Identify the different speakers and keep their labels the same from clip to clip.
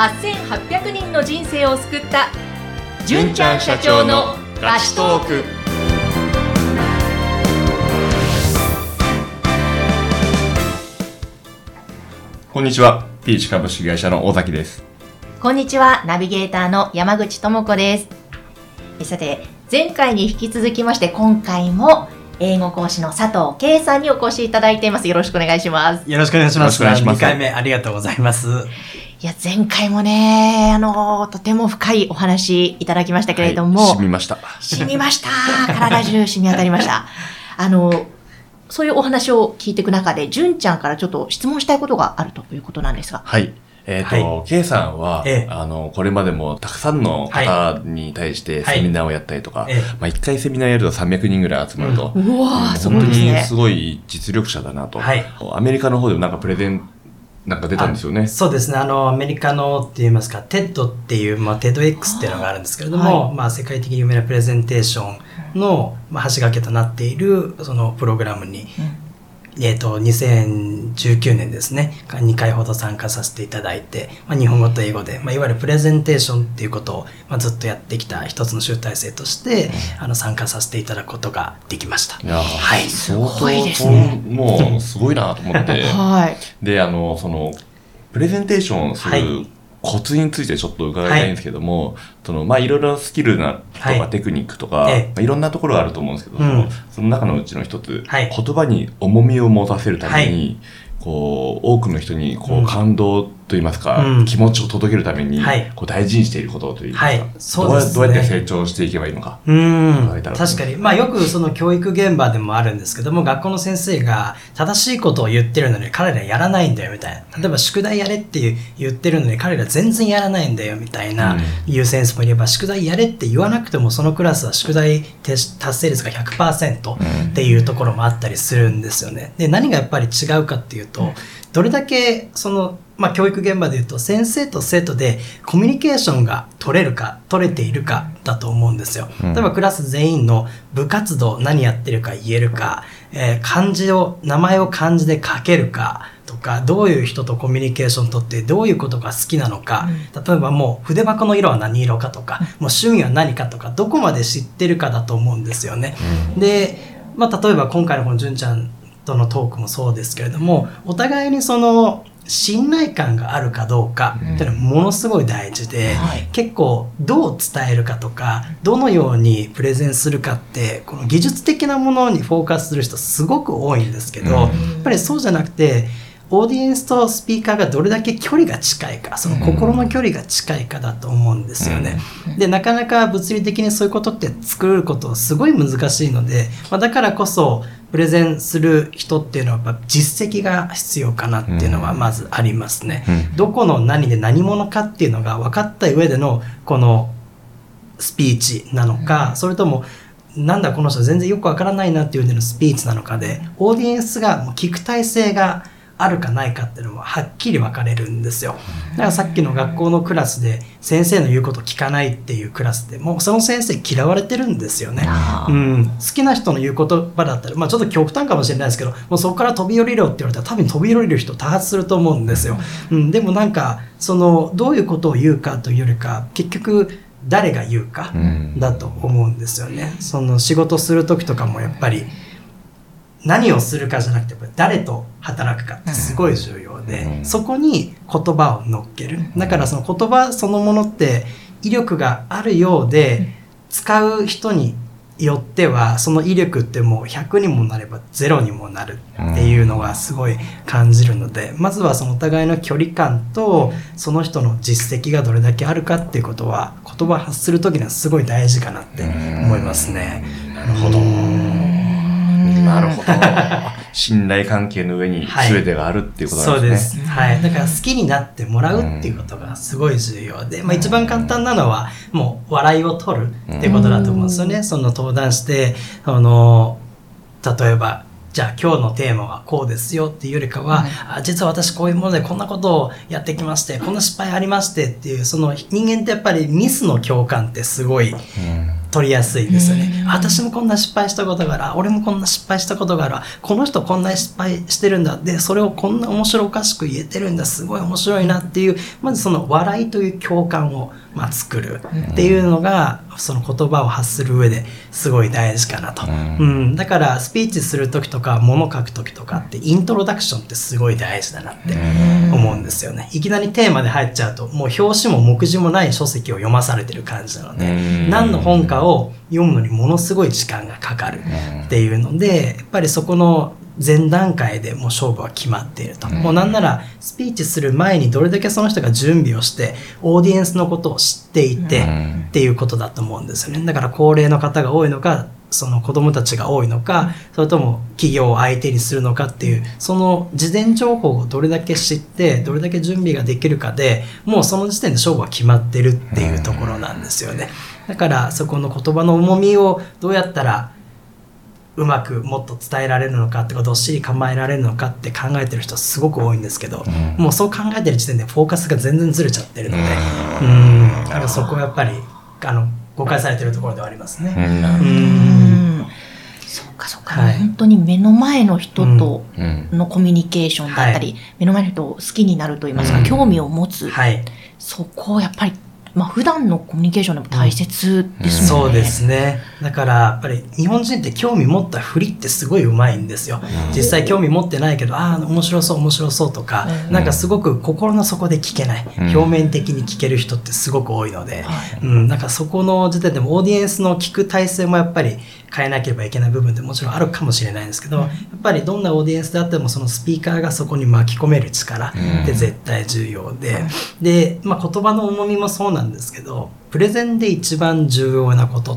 Speaker 1: 8800人の人生を救った純ちゃん社長のガチトーク。
Speaker 2: こんにちは、ピーチ株式会社の尾崎です。
Speaker 1: こんにちは、ナビゲーターの山口智子です。さて、前回に引き続きまして今回も英語講師の佐藤圭さんにお越しいただいています。よろしくお願いします。
Speaker 3: よろしくお願いします。
Speaker 2: 2
Speaker 3: 回目ありがとうございます。
Speaker 1: いや、前回もね、とても深いお話いただきましたけれども。
Speaker 2: はい、染みました。
Speaker 1: 染みました。体中染み当たりました。そういうお話を聞いていく中で、純ちゃんからちょっと質問したいことがあるということなんですが。
Speaker 2: はい。K さんは、これまでもたくさんの方に対してセミナーをやったりとか、一回セミナーやると300人ぐらい集まると、
Speaker 1: うわー、すごい
Speaker 2: 本当
Speaker 1: ですね。
Speaker 2: にすごい実力者だなと。アメリカの方でもなんかプレゼンなんか出たんですよね。
Speaker 3: そうですね。アメリカのって言いますか、TED っていう、TEDx っていうのがあるんですけれども、世界的に有名なプレゼンテーションの、橋掛けとなっている、そのプログラムに、2019年ですね、2回ほど参加させていただいて、日本語と英語で、いわゆるプレゼンテーションっていうことを、ずっとやってきた一つの集大成として、参加させていただくことができました。
Speaker 2: いや、
Speaker 1: はい、すごいですね。
Speaker 2: もう、すごいなと思って。
Speaker 1: はい。
Speaker 2: で、その、プレゼンテーションをするコツについてちょっと伺いたいんですけども、いろいろスキルなとかテクニックとか、いろんなところがあると思うんですけども、その中のうちの一つ、言葉に重みを持たせるために、多くの人に感動といいますか、気持ちを届けるために、大事にしていることといいますか、どうやって成長していけばいいのか。
Speaker 3: 確かに。よくその教育現場でもあるんですけども、学校の先生が正しいことを言ってるのに彼らやらないんだよみたいな。例えば宿題やれって言ってるのに彼ら全然やらないんだよみたいな言う先生もいれば、宿題やれって言わなくてもそのクラスは宿題達成率が 100% っていうところもあったりするんですよね。で、何がやっぱり違うかっていうと、どれだけその教育現場でいうと先生と生徒でコミュニケーションが取れているかだと思うんですよ。例えばクラス全員の部活動何やってるか言えるか、名前を漢字で書けるかとか、どういう人とコミュニケーション取ってどういうことが好きなのか、例えばもう筆箱の色は何色かとか、もう趣味は何かとか、どこまで知ってるかだと思うんですよね。で、例えば今回のこの純ちゃんとのトークもそうですけれども、お互いにその信頼感があるかどうかっていうのはものすごい大事で、結構どう伝えるかとかどのようにプレゼンするかって、この技術的なものにフォーカスする人すごく多いんですけど、やっぱりそうじゃなくてオーディエンスとスピーカーがどれだけ距離が近いか、その心の距離が近いかだと思うんですよね。で、なかなか物理的にそういうことって作ることすごい難しいので、だからこそプレゼンする人っていうのはやっぱ実績が必要かなっていうのはまずありますね。どこの何で何者かっていうのが分かった上でのこのスピーチなのか、それともなんだこの人全然よくわからないなっていうののスピーチなのかで、オーディエンスがもう聞く体制があるかないかっていうのもはっきり分かれるんですよ。だからさっきの学校のクラスで先生の言うこと聞かないっていうクラスでもうその先生嫌われてるんですよね。好きな人の言う言葉だったら、ちょっと極端かもしれないですけど、もうそこから飛び降りろって言われたら多分飛び降りる人多発すると思うんですよ。でもそのどういうことを言うかというよりか、結局誰が言うかだと思うんですよね。その仕事する時とかもやっぱり何をするかじゃなくて誰と働くかってすごい重要で、そこに言葉を乗っける。だからその言葉そのものって威力があるようで、使う人によってはその威力ってもう100にもなれば0にもなるっていうのがすごい感じるので、まずはそのお互いの距離感とその人の実績がどれだけあるかっていうことは言葉を発する時にはすごい大事かなって思いますね。
Speaker 2: なるほど。なるほど。信頼関係の上に全てがあるっていうことなんですね。
Speaker 3: そうです。はい。だから好きになってもらうっていうことがすごい重要で、一番簡単なのはもう笑いを取るっていうことだと思うんですよね。その登壇して、例えば、じゃあ今日のテーマはこうですよっていうよりかは、実は私こういうものでこんなことをやってきまして、こんな失敗ありましてっていう、その人間ってやっぱりミスの共感ってすごい取りやすいんですよね。私もこんな失敗したことがある。俺もこんな失敗したことがある。この人こんな失敗してるんだ。で、それをこんな面白おかしく言えてるんだ。すごい面白いなっていう、まずその笑いという共感を作るっていうのが、その言葉を発する上ですごい大事かなと。だからスピーチするときとか物書くときとかってイントロダクションってすごい大事だなって思うんですよね。いきなりテーマで入っちゃうと、もう表紙も目次もない書籍を読まされてる感じなので、何の本かを読むのにものすごい時間がかかるっていうので、やっぱりそこの前段階でもう勝負は決まっていると。もうなんならスピーチする前にどれだけその人が準備をしてオーディエンスのことを知っていてっていうことだと思うんですよね。だから高齢の方が多いのか、その子供たちが多いのか、それとも企業を相手にするのかっていう、その事前情報をどれだけ知ってどれだけ準備ができるかで、もうその時点で勝負は決まってるっていうところなんですよね。だからそこの言葉の重みをどうやったらうまくもっと伝えられるのかってどっしり構えられるのかって考えてる人すごく多いんですけど、もうそう考えてる時点でフォーカスが全然ずれちゃってるので、だからそこはやっぱり誤解されてるところではありますね。
Speaker 1: そうかそうか、本当に目の前の人とのコミュニケーションだったり、目の前の人を好きになるといいますか、興味を持つ、そこをやっぱり普段のコミュニケーションでも大切ですもんね。そうですね。
Speaker 3: だからやっぱり日本人って興味持ったふりってすごい上手いんですよ。実際興味持ってないけど、面白そう面白そうとか、なんかすごく心の底で聞けない、表面的に聞ける人ってすごく多いので、なんかそこの時点でもオーディエンスの聞く体制もやっぱり変えなければいけない部分ってもちろんあるかもしれないんですけど、やっぱりどんなオーディエンスであってもそのスピーカーがそこに巻き込める力って絶対重要で、言葉の重みもそうなんですけど、プレゼンで一番重要なことって、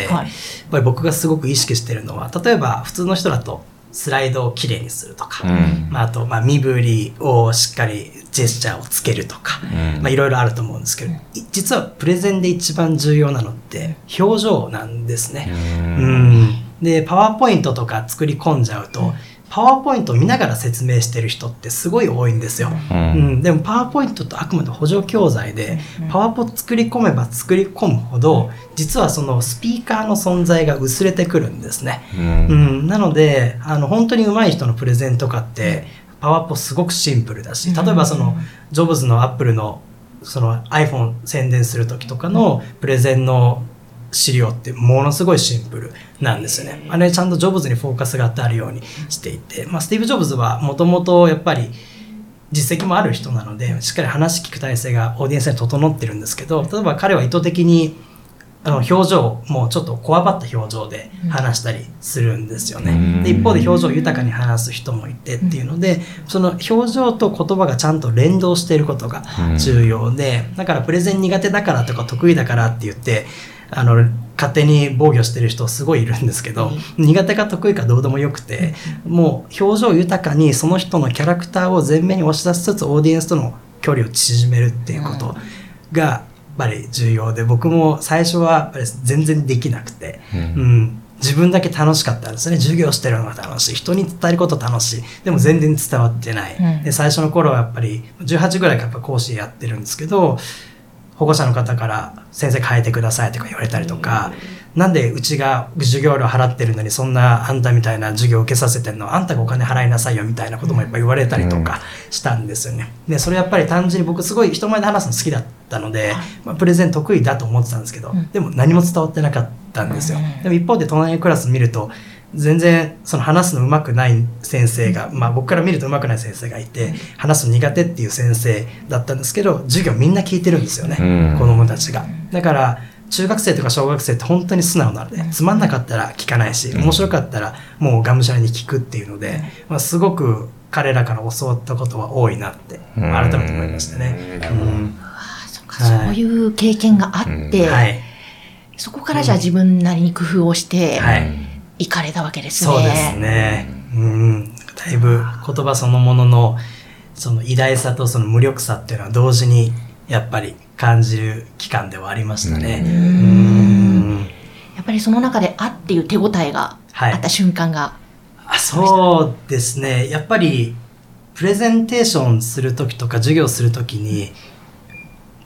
Speaker 3: やっぱり僕がすごく意識してるのは、例えば普通の人だとスライドをきれいにするとか、あと身振りをしっかりジェスチャーをつけるとか、いろいろあると思うんですけど、実はプレゼンで一番重要なのって表情なんですね。でパワーポイントとか作り込んじゃうと、パワーポイントを見ながら説明してる人ってすごい多いんですよ。でもパワーポイントってあくまで補助教材で、パワーポ作り込めば作り込むほど、実はそのスピーカーの存在が薄れてくるんですね。なので本当に上手い人のプレゼンとかってパワーポすごくシンプルだし、例えばそのジョブズのアップルのその iPhone 宣伝する時とかのプレゼンの資料ってものすごいシンプルなんですよね。ちゃんとジョブズにフォーカスがあるようにしていて、スティーブ・ジョブズはもともとやっぱり実績もある人なので、しっかり話聞く体制がオーディエンスに整ってるんですけど、例えば彼は意図的に表情もちょっとこわばった表情で話したりするんですよね。で一方で表情豊かに話す人もいてっていうので、その表情と言葉がちゃんと連動していることが重要で、だからプレゼン苦手だからとか得意だからって言って勝手に防御してる人すごいいるんですけど、苦手か得意かどうでもよくて、もう表情豊かにその人のキャラクターを前面に押し出しつつオーディエンスとの距離を縮めるっていうことがやっぱり重要で、僕も最初はやっぱり全然できなくて、自分だけ楽しかったんですね。授業してるのが楽しい、人に伝えること楽しい、でも全然伝わってない、で最初の頃はやっぱり18ぐらいからやっぱ講師やってるんですけど、保護者の方から先生変えてくださいとか言われたりとか、なんでうちが授業料払ってるのにそんなあんたみたいな授業を受けさせてるの、あんたがお金払いなさいよみたいなこともやっぱ言われたりとかしたんですよね。でそれやっぱり単純に僕すごい人前で話すの好きだったので、プレゼン得意だと思ってたんですけど、でも何も伝わってなかったんですよ。でも一方で隣のクラス見ると全然その話すの上手くない先生が、僕から見ると上手くない先生がいて、話すの苦手っていう先生だったんですけど、授業みんな聞いてるんですよね、子供たちが。だから中学生とか小学生って本当に素直なので、つまんなかったら聞かないし、面白かったらもうがむしゃらに聞くっていうので、すごく彼らから教わったことは多いなって改めて思いましたね。
Speaker 1: そういう経験があって、そこからじゃあ自分なりに工夫をして、行かれたわけですね。
Speaker 3: そうですね。だいぶ言葉そのもののその偉大さとその無力さっていうのは同時にやっぱり感じる期間ではありましたね。
Speaker 1: やっぱりその中でっていう手応えがあった瞬間が、
Speaker 3: そうですね。やっぱりプレゼンテーションするときとか授業するときに、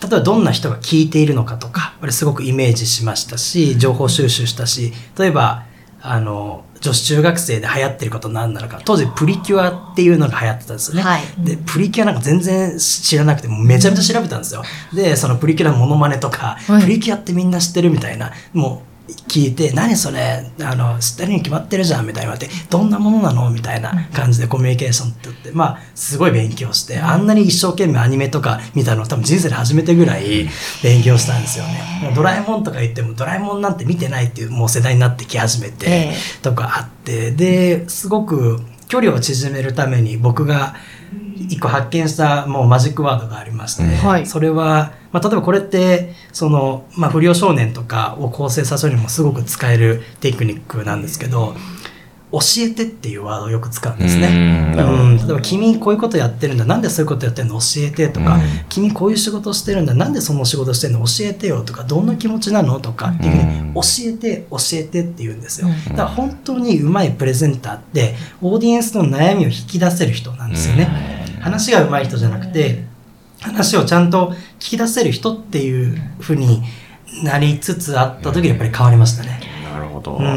Speaker 3: 例えばどんな人が聞いているのかとか、これすごくイメージしましたし、情報収集したし、例えば、女子中学生で流行ってること何なのか、当時プリキュアっていうのが流行ってたんですよね。はい、で、プリキュアなんか全然知らなくて、もうめちゃめちゃ調べたんですよ。で、そのプリキュアのモノマネとか、はい、プリキュアってみんな知ってるみたいな、もう、聞いて、何それ知ってるに決まってるじゃんみたいなって、どんなものなのみたいな感じでコミュニケーションって言って、まあすごい勉強して、あんなに一生懸命アニメとか見たの多分人生で初めてぐらい勉強したんですよね。ドラえもんとか言ってもドラえもんなんて見てないっていうもう世代になってき始めてとかあって、ですごく距離を縮めるために僕が一個発見したもうマジックワードがありまして、はい、それは、まあ、例えばこれってまあ、不良少年とかを構成させるにもすごく使えるテクニックなんですけど、教えてっていうワードをよく使うんですね。例えば君こういうことやってるんだ、なんでそういうことやってるの教えてとか、君こういう仕事してるんだ、なんでその仕事してるの教えてよとか、どんな気持ちなのとかっていうね、教えてって言うんですよ。だから本当にうまいプレゼンターってオーディエンスの悩みを引き出せる人なんですよね。話がうまい人じゃなくて、話をちゃんと聞き出せる人っていう風になりつつあった時にやっぱり変わりましたね。
Speaker 2: なるほど。
Speaker 1: な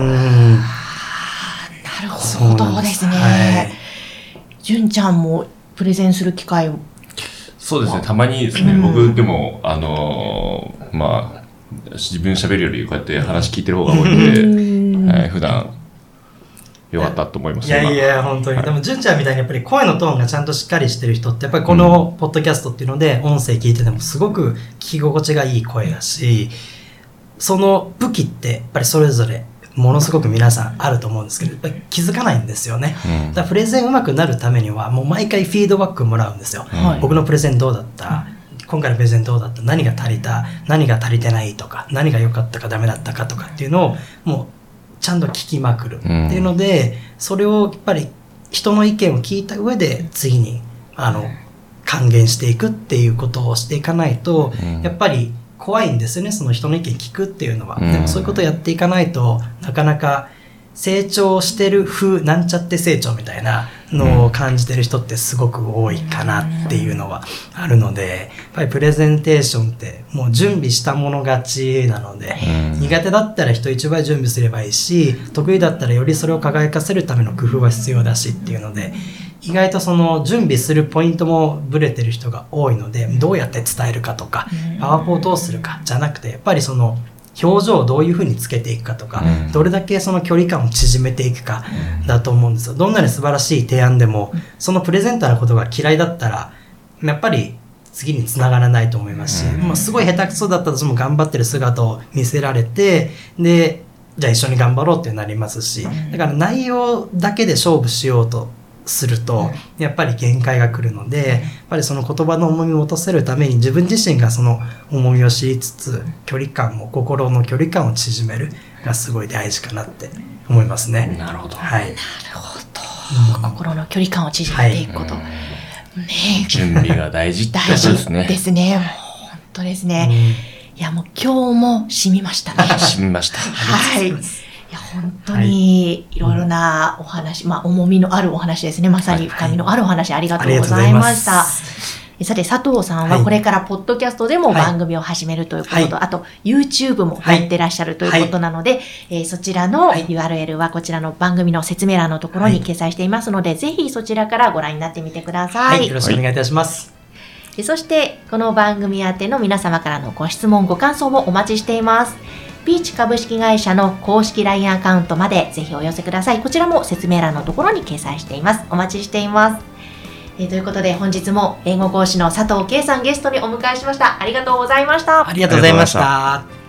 Speaker 1: るほどですね。はい、純ちゃんもプレゼンする機会を。
Speaker 2: そうですね。たまにですね、僕でもまあ自分喋るよりこうやって話聞いてる方が多いので、普段よかったと思います。
Speaker 3: いやいや、本当に。でも、純ちゃんみたいにやっぱり声のトーンがちゃんとしっかりしてる人って、やっぱりこのポッドキャストっていうので、音声聞いててもすごく聞き心地がいい声だし、その武器ってやっぱりそれぞれものすごく皆さんあると思うんですけど、やっぱり気づかないんですよね。だからプレゼン上手くなるためには、もう毎回フィードバックもらうんですよ。僕のプレゼンどうだった？今回のプレゼンどうだった？何が足りた？何が足りてないとか、何が良かったかダメだったかとかっていうのを、もう、ちゃんと聞きまくるっていうので、それをやっぱり人の意見を聞いた上で次に還元していくっていうことをしていかないと、やっぱり怖いんですよね、その人の意見聞くっていうのは。でもそういうことをやっていかないとなかなか成長してる風なんちゃって成長みたいなのを感じてる人ってすごく多いかなっていうのはあるので、やっぱりプレゼンテーションってもう準備したもの勝ちなので、苦手だったら人一倍準備すればいいし、得意だったらよりそれを輝かせるための工夫は必要だしっていうので、意外とその準備するポイントもブレてる人が多いので、どうやって伝えるかとか、パワポをどうするかじゃなくて、やっぱりその表情をどういう風につけていくかとか、どれだけその距離感を縮めていくかだと思うんですよ。どんなに素晴らしい提案でも、そのプレゼンターのことが嫌いだったら、やっぱり次につながらないと思いますし、すごい下手くそだったとしても頑張ってる姿を見せられて、で、じゃあ一緒に頑張ろうってなりますし、だから内容だけで勝負しようとするとやっぱり限界が来るので、やっぱりその言葉の重みを落とせるために自分自身がその重みを知りつつ、距離感を、心の距離感を縮めるがすごい大事かなって思いますね。
Speaker 2: なるほど。
Speaker 3: はい。な
Speaker 1: るほど。心の距離感を縮めていくこと。ね、
Speaker 2: 準備が大事ってことですね。
Speaker 1: 大事ですね。本当ですね。いやもう今日も染みましたね。
Speaker 2: 染みました。
Speaker 1: はい。いや本当にいろいろなお話、重みのあるお話ですね。まさに深みのあるお話、ありがとうございました。さて佐藤さんはこれからポッドキャストでも番組を始めるということと、あと YouTube もやってらっしゃるということなので、そちらの URL はこちらの番組の説明欄のところに掲載していますので、ぜひそちらからご覧になってみてください。
Speaker 3: よろしくお願いいたします。
Speaker 1: そしてこの番組宛ての皆様からのご質問ご感想もお待ちしています。ピーチ株式会社の公式 LINE アカウントまでぜひお寄せください。こちらも説明欄のところに掲載しています。お待ちしています。ということで本日も英語講師の佐藤圭さんゲストにお迎えしました。ありがとうございました。
Speaker 3: ありがとうございました。